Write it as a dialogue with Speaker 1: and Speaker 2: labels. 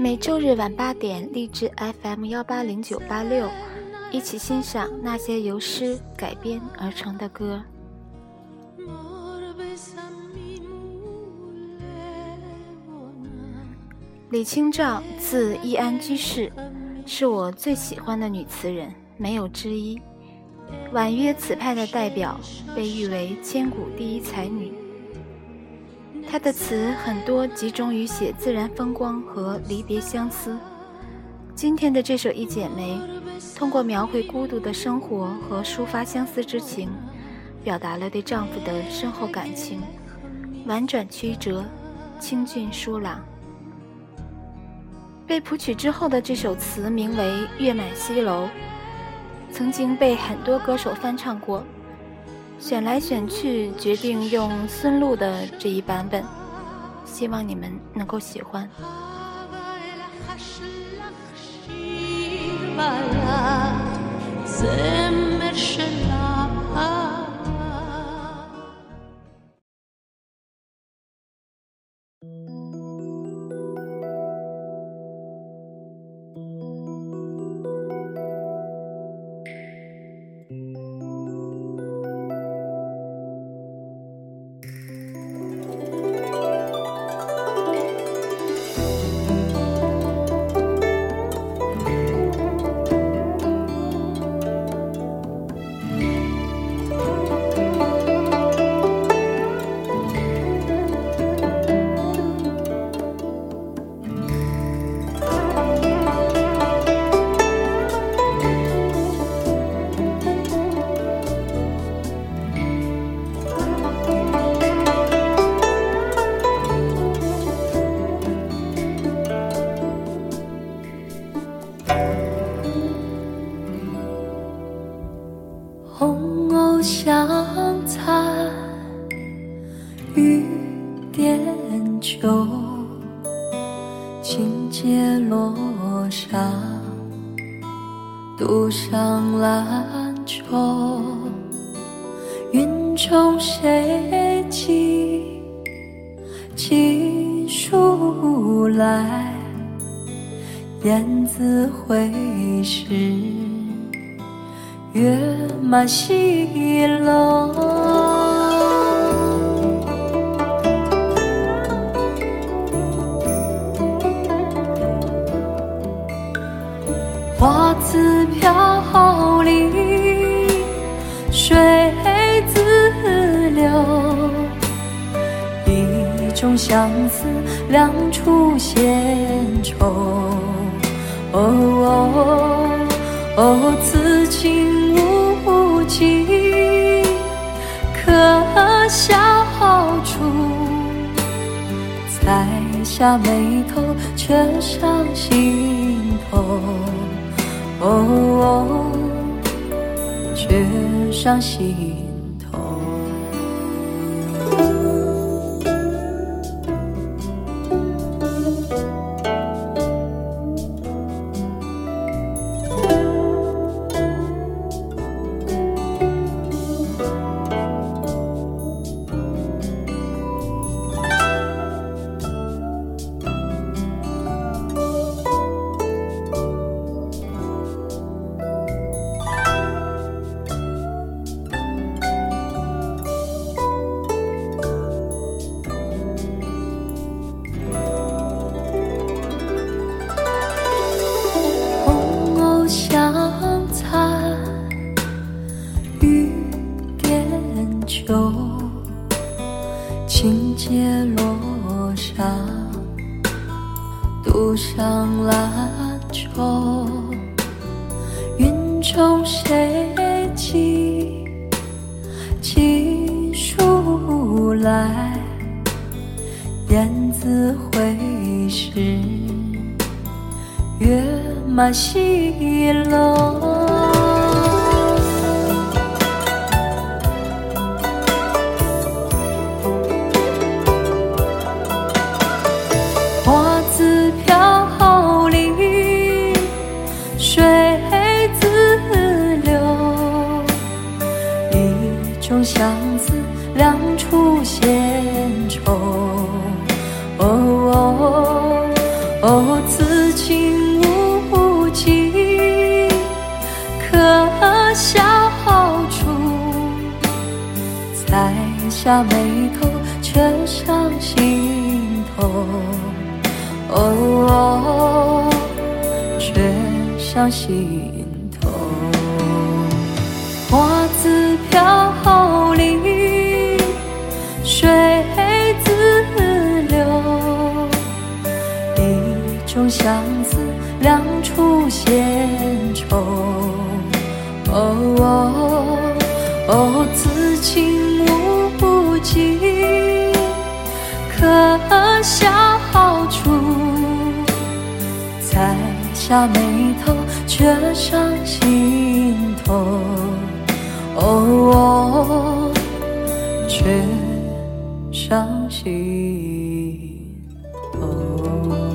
Speaker 1: 每周日晚8点，荔枝 FM18096，一起欣赏那些由诗改编而成的歌。李清照，字易安居士，是我最喜欢的女词人，没有之一。婉约词派的代表，被誉为千古第一才女。她的词很多集中于写自然风光和离别相思。今天的这首《一剪梅》，通过描绘孤独的生活和抒发相思之情，表达了对丈夫的深厚感情，婉转曲折，清俊疏朗。被谱曲之后的这首词名为《月满西楼》，曾经被很多歌手翻唱过，选来选去决定用孙露的这一版本，希望你们能够喜欢。
Speaker 2: 红藕香残，雨点秋，轻阶落上，独上兰愁。云中谁寄情书来？雁字回时，月满西楼。花自飘零，水自流，一种相思，两处闲愁。此情无尽，可笑处，才下眉头，却上心头。却上心头。轻阶落上，独上兰愁。云中谁寄情书来？雁字回时，月满西楼。相思两处闲愁，此笑处，才下眉头，却上心头。哦，却上心头。花自飘零，水自流，一种相思，两处闲愁。哦，此情无尽，可笑处，才下眉头，却上心头。哦，却上心头。